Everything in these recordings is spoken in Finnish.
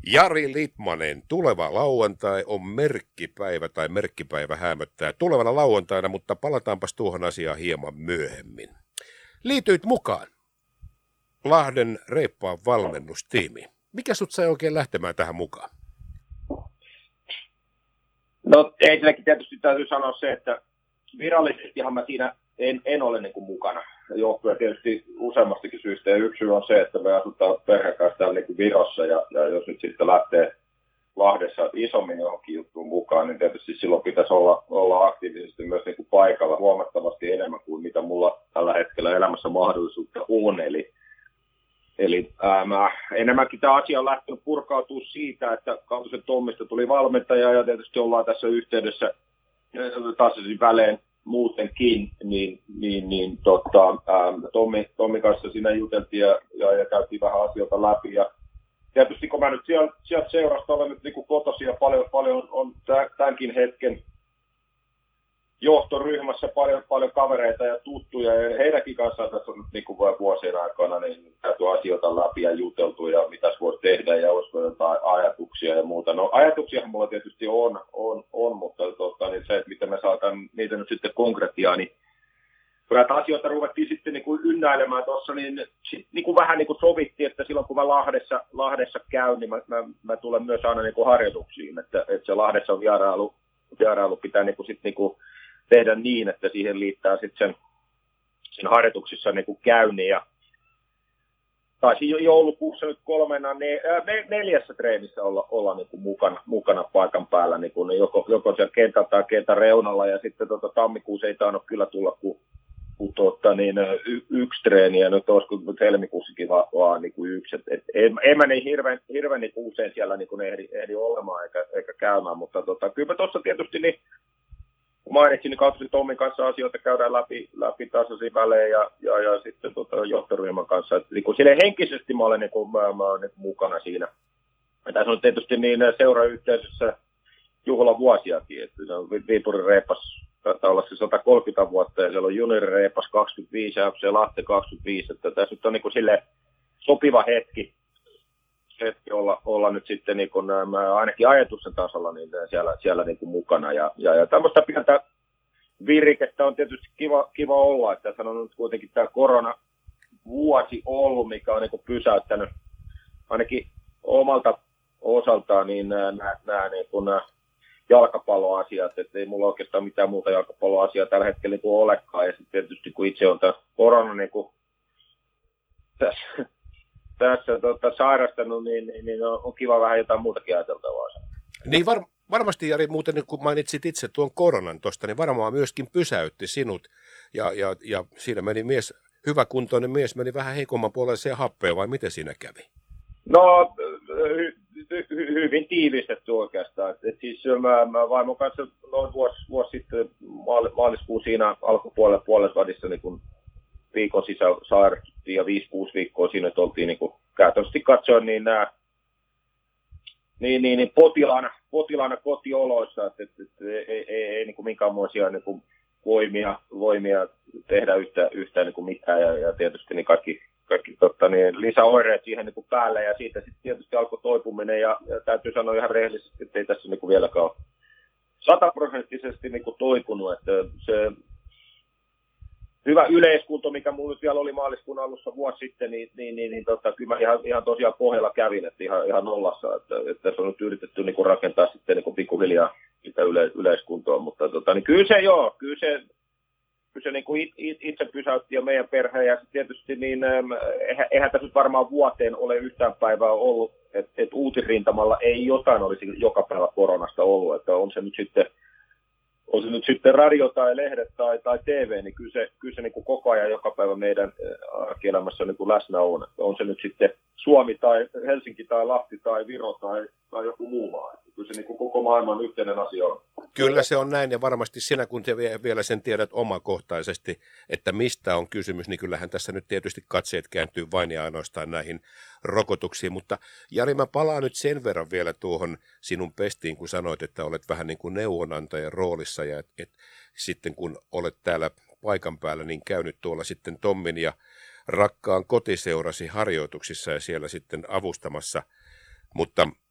Jari Litmanen, tuleva lauantai on merkkipäivä tai merkkipäivä häämöttää tulevana lauantaina, mutta palataanpas tuohon asiaan hieman myöhemmin. Liityit mukaan Lahden Reippaan valmennustiimiin. Mikä sut sai oikein lähtemään tähän mukaan? No ensinnäkin tietysti täytyy sanoa se, että virallisestihan mä siinä en ole niin kuin mukana. Johtuen tietysti useammastakin syystä. Ja yksi syy on se, että me asutaan perheen kanssa täällä niin kuin Virossa. Ja jos nyt sitten lähtee Lahdessa isommin johonkin juttuun mukaan, niin tietysti silloin pitäisi olla aktiivisesti myös niin kuin paikalla huomattavasti enemmän kuin mitä mulla tällä hetkellä elämässä mahdollisuutta on. Eli mä enemmänkin tämä asia on lähtenyt purkautua siitä, että Kautosen Tommista tuli valmentaja ja tietysti ollaan tässä yhteydessä tasaisin välein muutenkin, Tommi kanssa siinä juteltiin ja käytiin vähän asioita läpi. Ja tietysti kun mä nyt sieltä seurasta olen nyt niin kotoisin ja paljon on tämänkin hetken johtoryhmässä paljon kavereita ja tuttuja, ja heidänkin kanssaan tässä on nyt niin vuosien aikana niin käyty asioita läpi ja juteltu, ja mitäs voisi tehdä, ja olisiko jotain ajatuksia ja muuta. No ajatuksiahan mulla tietysti on mutta niin se, että miten me saadaan niitä nyt sitten konkretiaa, niin kun näitä asioita ruvettiin sitten niin kuin ynnäilemään tuossa, niin sitten niin kuin vähän niin kuin sovittiin, että silloin kun mä Lahdessa käyn, niin mä tulen myös aina niin kuin harjoituksiin, että se Lahdessa on vierailu pitää niin kuin sitten niin kuin tehdä niin, että siihen liittää sitten sen harjoituksissa niin kuin käynnin. Ja taisin jo joulukuussa nyt 4 treenissä olla niin kuin mukana paikan päällä, niin kuin joko siellä kentällä tai kentän reunalla, ja sitten tammikuussa ei tainnut kyllä tulla kuin yksi treeni, ja nyt olisiko helmikuussakin vaan niin kuin yksi. En mä niin hirveän niin usein siellä niin kuin ehdi olemaan eikä käymään, mutta kyllä tuossa tietysti niin, kun mainitsin, niin Kautosen Tommin kanssa asioita käydään läpi tasaisin välein ja sitten johtoryhmän kanssa. Et, niin silleen henkisesti mä olen niin mukana siinä. Ja tässä on tietysti niin seurayhteisössä juhlavuosiakin. Että Viipurin Reippas taitaa olla se 130 vuotta ja siellä on Juniori Reippas 25 ja se Lahti 25. Että tässä nyt on niin silleen sopiva hetki olla nyt sitten niin kuin, ainakin ajatuksen tasolla niin siellä niin kuin mukana. Ja tämmöistä pientä virikettä on tietysti kiva olla, että tässä on nyt kuitenkin tämä koronavuosi ollut, mikä on niin kuin pysäyttänyt ainakin omalta osaltaan niin nämä niin kuin jalkapalloasiat, että ei mulla oikeastaan mitään muuta jalkapalloasiaa tällä hetkellä niin kuin olekaan. Ja sitten tietysti kun itse on tämä korona niin kuin tässä sairastanut, niin on kiva vähän jotain muutakin ajateltavaa. Niin varmasti, Jari, muuten kun mainitsit itse tuon koronan tuosta, niin varmaan myöskin pysäytti sinut. Ja siinä meni hyväkuntoinen mies meni vähän heikomman puoleiseen happeen, vai miten siinä kävi? No, hyvin tiivistetty oikeastaan. Et siis mä vaimon kanssa noin vuosi sitten maaliskuun siinä alkupuolella puolesvälissä niin kun viikon sisällä sairastuttiin ja 5-6 viikkoa siinä oltiin niin käytännössä katsoen niin potilaana kotioloissa, että ei niin kuin minkäänmoisia niin kuin voimia tehdä yhtään niin kuin mitään ja tietysti niin kaikki lisäoireet siihen niin kuin päälle ja siitä sitten tietysti alkoi toipuminen ja täytyy sanoa ihan rehellisesti, että ei tässä niin kuin vieläkään ole 100% niin kuin toipunut, että se hyvä yleiskunto, mikä minulla nyt vielä oli maaliskuun alussa vuosi sitten, kyllä mä ihan tosiaan pohjalla kävin, että ihan nollassa, että tässä on nyt yritetty niin kuin rakentaa sitten niin kuin pikkuhiljaa sitä yleiskuntoa, mutta niin kyllä se niin kuin itse pysäytti ja meidän perhe, ja tietysti niin, eihän tässä nyt varmaan vuoteen ole yhtään päivää ollut, että uutisrintamalla ei jotain olisi joka päivä koronasta ollut, että on se nyt sitten radio tai lehdet tai TV, niin kyllä se niin kuin koko ajan joka päivä meidän arkielämässä niin kuin läsnä on. Että on se nyt sitten Suomi tai Helsinki tai Lahti tai Viro tai joku muu maa. Kyllä se niin kuin koko maailman yhteinen asia on. Kyllä se on näin, ja varmasti sinä, kun te vielä sen tiedät omakohtaisesti, että mistä on kysymys, niin kyllähän tässä nyt tietysti katseet kääntyy vain ja ainoastaan näihin rokotuksiin. Mutta Jari, mä palaan nyt sen verran vielä tuohon sinun pestiin, kun sanoit, että olet vähän niin kuin neuvonantajan roolissa, ja et sitten kun olet täällä paikan päällä, niin käynyt tuolla sitten Tommin ja rakkaan kotiseurasi harjoituksissa ja siellä sitten avustamassa. Mutta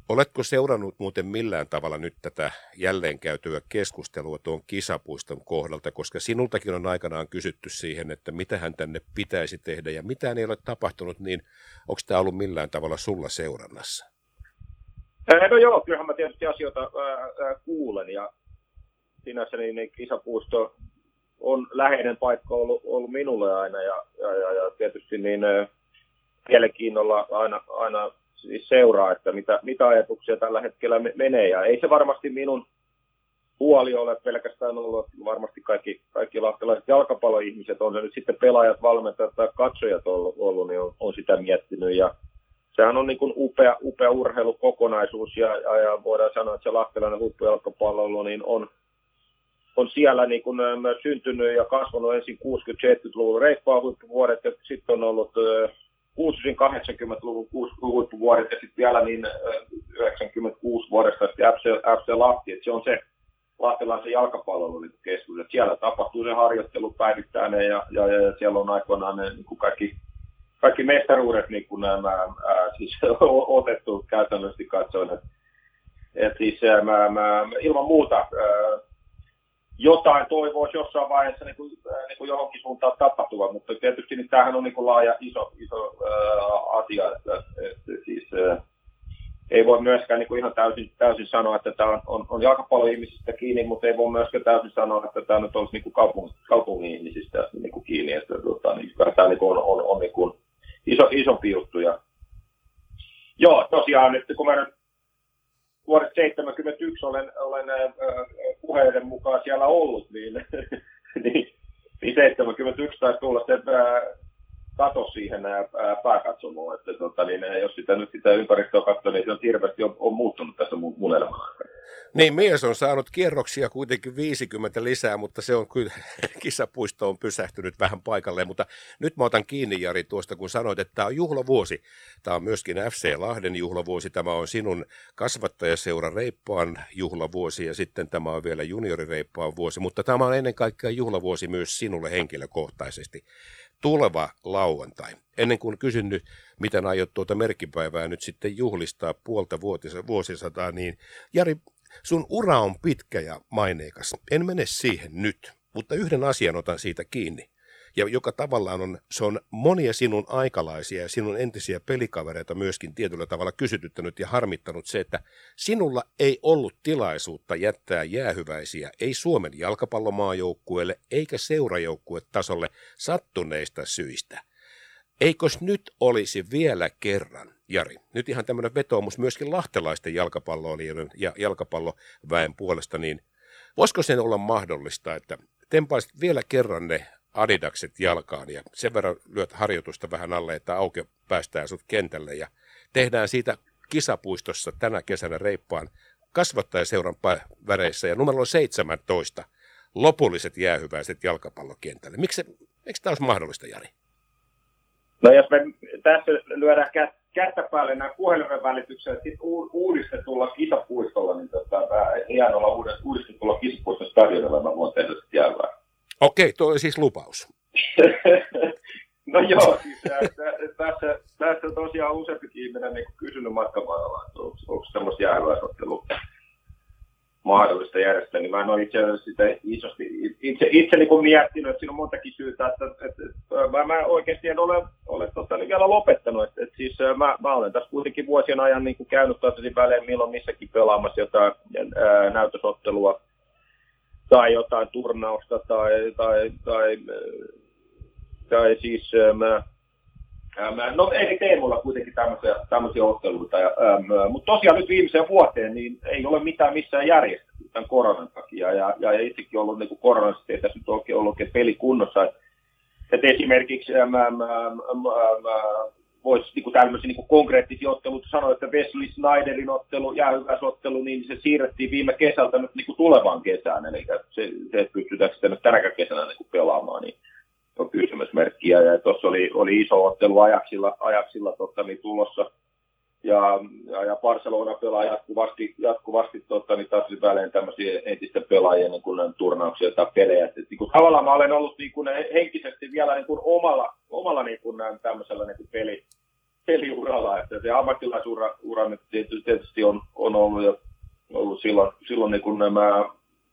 Oletko seurannut muuten millään tavalla nyt tätä jälleen käytyä keskustelua tuon kisapuiston kohdalta, koska sinultakin on aikanaan kysytty siihen, että mitähän tänne pitäisi tehdä ja mitään ei ole tapahtunut, niin onko tämä ollut millään tavalla sulla seurannassa? No joo, kyllähän mä tietysti asioita kuulen ja sinänsä niin kisapuisto on läheinen paikka ollut minulle aina ja tietysti niin mielenkiinnolla aina siis seuraa, että mitä ajatuksia tällä hetkellä menee ja ei se varmasti minun huoli ole pelkästään ollut, varmasti kaikki lahtelaiset jalkapalloihmiset, on se nyt sitten pelaajat, valmentajat tai katsojat ollut, niin on sitä miettinyt ja sehän on niin kuin upea urheilukokonaisuus ja voidaan sanoa, että se lahtelainen huippujalkapallo niin on siellä niin kuin myös syntynyt ja kasvanut ensin 60-70-luvun reippaan huippuvuodet ja sitten on ollut 60-80-luvun huippuvuodet ja sitten vielä niin 96 vuodesta FC Lahti, että se on se lahtelaisen jalkapallon niin keskus, että siellä tapahtuu se harjoittelu päivittäinen ja siellä on aikoinaan ne niin kuin kaikki mestaruudet niin kuin nämä siis otettu käytännössä katsoen, että siis ilman muuta jotain toivoisi jossain vaiheessa niin kuin johonkin suuntaan tapahtuva, mutta tietysti niin tämähän on niin kuin laaja iso asia, että siis ei voi myöskään niin kuin ihan täysin sanoa, että tämä on jalkapalloihmisistä kiinni, mutta ei voi myöskään täysin sanoa, että tämä nyt olisi niin kuin kaupungin ihmisistä niin kuin kiinni, että niin, tämä niin kuin on niin kuin isompi juttu. Ja joo, tosiaan nyt kun mä nyt vuodesta 1971 olen puheiden mukaan siellä ollut, niin 71 taisi tulla se katos siihen pääkatsomoon, että niin, jos sitä ympäristöä katsoo, niin se on hirveästi on muuttunut tässä mun elämän aikana. Niin, mies on saanut kierroksia kuitenkin 50 lisää, mutta se on kyllä, kisapuisto on pysähtynyt vähän paikalleen, mutta nyt mä otan kiinni, Jari, tuosta, kun sanoit, että tämä on juhlavuosi. Tämä on myöskin FC Lahden juhlavuosi, tämä on sinun kasvattajaseuran Reippaan juhlavuosi ja sitten tämä on vielä juniorireippaan vuosi, mutta tämä on ennen kaikkea juhlavuosi myös sinulle henkilökohtaisesti. Tuleva lauantai. Ennen kuin kysyn nyt, miten aiot tuota merkkipäivää nyt sitten juhlistaa puolta vuosisataa, niin Jari, sun ura on pitkä ja maineikas. En mene siihen nyt, mutta yhden asian otan siitä kiinni. Ja joka tavallaan se on monia sinun aikalaisia ja sinun entisiä pelikavereita myöskin tietyllä tavalla kysytyttänyt ja harmittanut se, että sinulla ei ollut tilaisuutta jättää jäähyväisiä ei Suomen jalkapallomaajoukkueelle eikä seurajoukkuetasolle sattuneista syistä. Eikös nyt olisi vielä kerran, Jari, nyt ihan tämmöinen vetoomus myöskin lahtelaisten jalkapalloilijoiden ja jalkapalloväen puolesta, niin voisiko sen olla mahdollista, että tempaisit vielä kerran ne Adidakset jalkaan ja sen verran lyöt harjoitusta vähän alle, että auki päästään sut kentälle ja tehdään siitä kisapuistossa tänä kesänä Reippaan kasvattajaseuran väreissä ja numero 17 lopulliset jäähyväiset jalkapallokentälle. Miksi tämä olisi mahdollista, Jari? No jos me tässä lyödään kättä päälle nämä puhelimen välityksellä uudistetulla kisapuistolla, niin hienolla uudistetulla kisapuiston stadionilla mä voin tehdä sitten jäävää. Okei, tuo on siis lupaus. No joo, siis tässä tosiaan useampikin ihminen niin kysynyt matkamaalla, että onko semmoista jäähyväisottelua mahdollista järjestää, niin mä en ole itse asiassa sitä itse niin kuin miettinyt, että siinä on montakin syytä, että mä oikeasti en ole vielä lopettanut, että siis mä olen tässä kuitenkin vuosien ajan niin kuin käynyt toivottavasti välein milloin missäkin pelaamassa jotain näytösottelua tai jotain turnausta tai siis no eri teemoilla kuitenkin tämmöisiä otteluita, mutta tosiaan nyt viimeiseen vuoteen niin ei ole mitään missään järjestetty tämän koronan takia ja itsekin ollut niin koronasta ei tässä nyt oikein ollut peli kunnossa, että esimerkiksi voisi niin tämmöisiä niin konkreettisia otteluita sanoa, että Wesley Snyderin ottelu, jäähyväisottelu, niin se siirrettiin viime kesältä nyt niin tulevaan kesään, eli se pystytäänkö sitä nyt tänäkään kesänä niin pelaamaan, niin on kysymysmerkkiä, ja tuossa oli iso ottelu ajaksilla niin tulossa, ja Barcelona pelaa jatkuvasti niin taas välein tämmöisiä entisten pelaajien niin kuin turnauksia tai pelejä. Et, niin kuin, tavallaan mä olen ollut niin kuin, henkisesti vielä niin kuin omalla niin kuin, tämmöisellä niin kuin peliuralla, että se ammattilaisura nyt tietysti on ollut silloin niin kuin nämä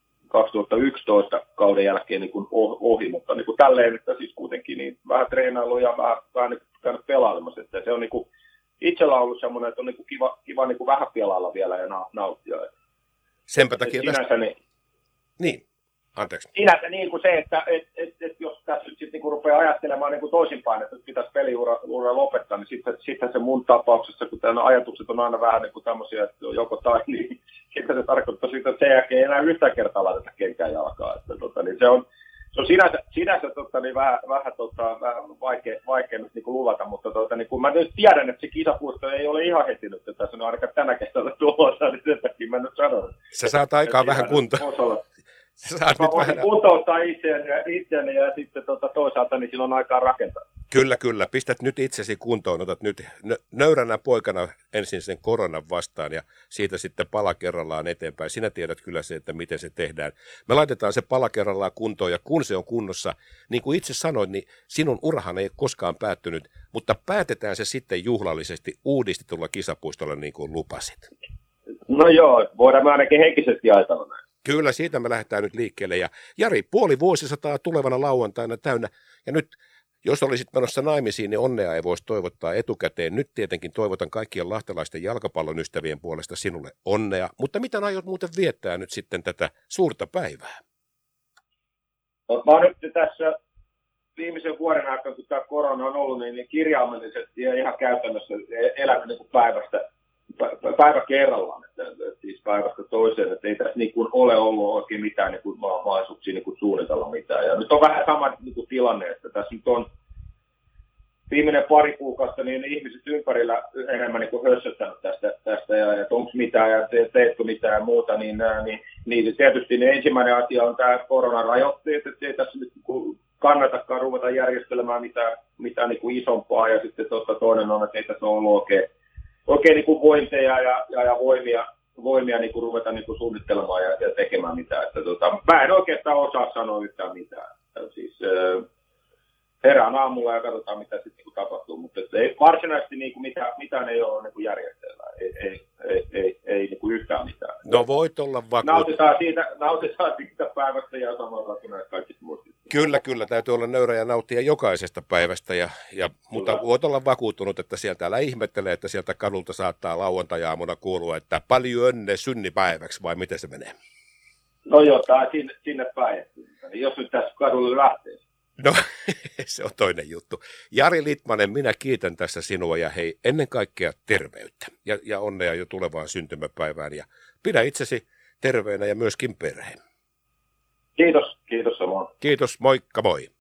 2011 kauden jälkeen niin kuin ohi, mutta niin kuin tälleen, että siis kuitenkin niin vähän treenailu ja vähän niin käynyt pelailemassa, että se on niin kuin itsellä on ollut semmoinen, että on niin kuin kiva niin kuin vähän pelailla vielä ja nauttia. Senpä takia sinänsä, niin, anteeksi. Sinänsä niin kuin se, että jos tässä nyt sitten niin rupeaa ajattelemaan niin kuin toisinpäin, että pitäisi peliura lopettaa, niin sitten se mun tapauksessa, kun nämä ajatukset on aina vähän niin kuin tämmöisiä, että joko tai, niin sitten se tarkoittaa sitä, että sen jälkeen ei enää yhtään kertaa laiteta kenkään jalkaa. Että, niin se on sinänsä niin vähän vaikea nyt niin kuin luvata, mutta niin kun mä nyt tiedän, että se kisapuisto ei ole ihan heti nyt, että tässä on ainakaan tänä kesänä tulossa, niin sen takia mä nyt sanon. Sä saat aikaan vähän kuntoa. Mä voisin kuntouttaa itseäni ja sitten toisaalta niin silloin aikaa rakentaa. Kyllä. Pistät nyt itsesi kuntoon, otat nyt nöyränä poikana ensin sen koronan vastaan ja siitä sitten pala kerrallaan eteenpäin. Sinä tiedät kyllä se, että miten se tehdään. Me laitetaan se pala kerrallaan kuntoon ja kun se on kunnossa, niin kuin itse sanoin, niin sinun urahan ei ole koskaan päättynyt, mutta päätetään se sitten juhlallisesti uudistetulla kisapuistolla niin kuin lupasit. No joo, voidaan me ainakin henkisesti ajatella näin. Kyllä, siitä me lähdetään nyt liikkeelle. Ja Jari, puoli vuosisataa tulevana lauantaina täynnä. Ja nyt, jos olisit menossa naimisiin, niin onnea ei voisi toivottaa etukäteen. Nyt tietenkin toivotan kaikkien lahtelaisten jalkapallon ystävien puolesta sinulle onnea. Mutta mitä aiot muuten viettää nyt sitten tätä suurta päivää? No, mä oon nyt tässä viimeisen vuoden aikana, kun tämä korona on ollut, niin kirjaimellisesti ja ihan käytännössä elämä niin kuin päivä kerrallaan, että siis päivästä toiseen, että ei tässä niin kuin ole ollut oikein mitään niin kuin mahdollisuuksia niin kuin suunnitella mitään. Ja nyt on vähän sama niin kuin tilanne, että tässä nyt on viimeinen pari kuukautta niin ihmiset ympärillä enemmän niin kuin hössöttänyt tästä ja onko mitään ja teetkö mitään muuta, niin tietysti niin ensimmäinen asia on tämä koronarajoitteet, että ei tässä nyt kannatakaan ruveta järjestelemään mitään niin kuin isompaa ja sitten toinen on, että ei tässä ole ollut oikein niin kuin vointeja ja voimia niin kuin ruveta niin kuin suunnittelemaan ja tekemään mitään. Että, mä en oikeastaan osaa sanoa yhtään mitään. Siis, herään aamulla ja katsotaan, mitä sitten niin tapahtuu. Mutta ei, varsinaisesti niin kuin mitään ei ole niin kuin järjestelmää. Ei niin kuin yhtään mitään. No voit olla vakuuttunut. Nautitaan siitä päivästä ja samalla kuin näistä kaikista muista. Kyllä, täytyy olla nöyrä ja nauttia jokaisesta päivästä, mutta voit olla vakuuttunut, että sieltä älä ihmettelee, että sieltä kadulta saattaa lauantai-aamuna kuulua, että paljon onnea synnipäiväksi, vai miten se menee? No jotain sinne päin, jos nyt tässä kadulle lähtee. No, se on toinen juttu. Jari Litmanen, minä kiitän tässä sinua ja hei, ennen kaikkea terveyttä ja onnea jo tulevaan syntymäpäivään ja pidä itsesi terveenä ja myöskin perheen. Kiitos samoin. Kiitos, moikka moi.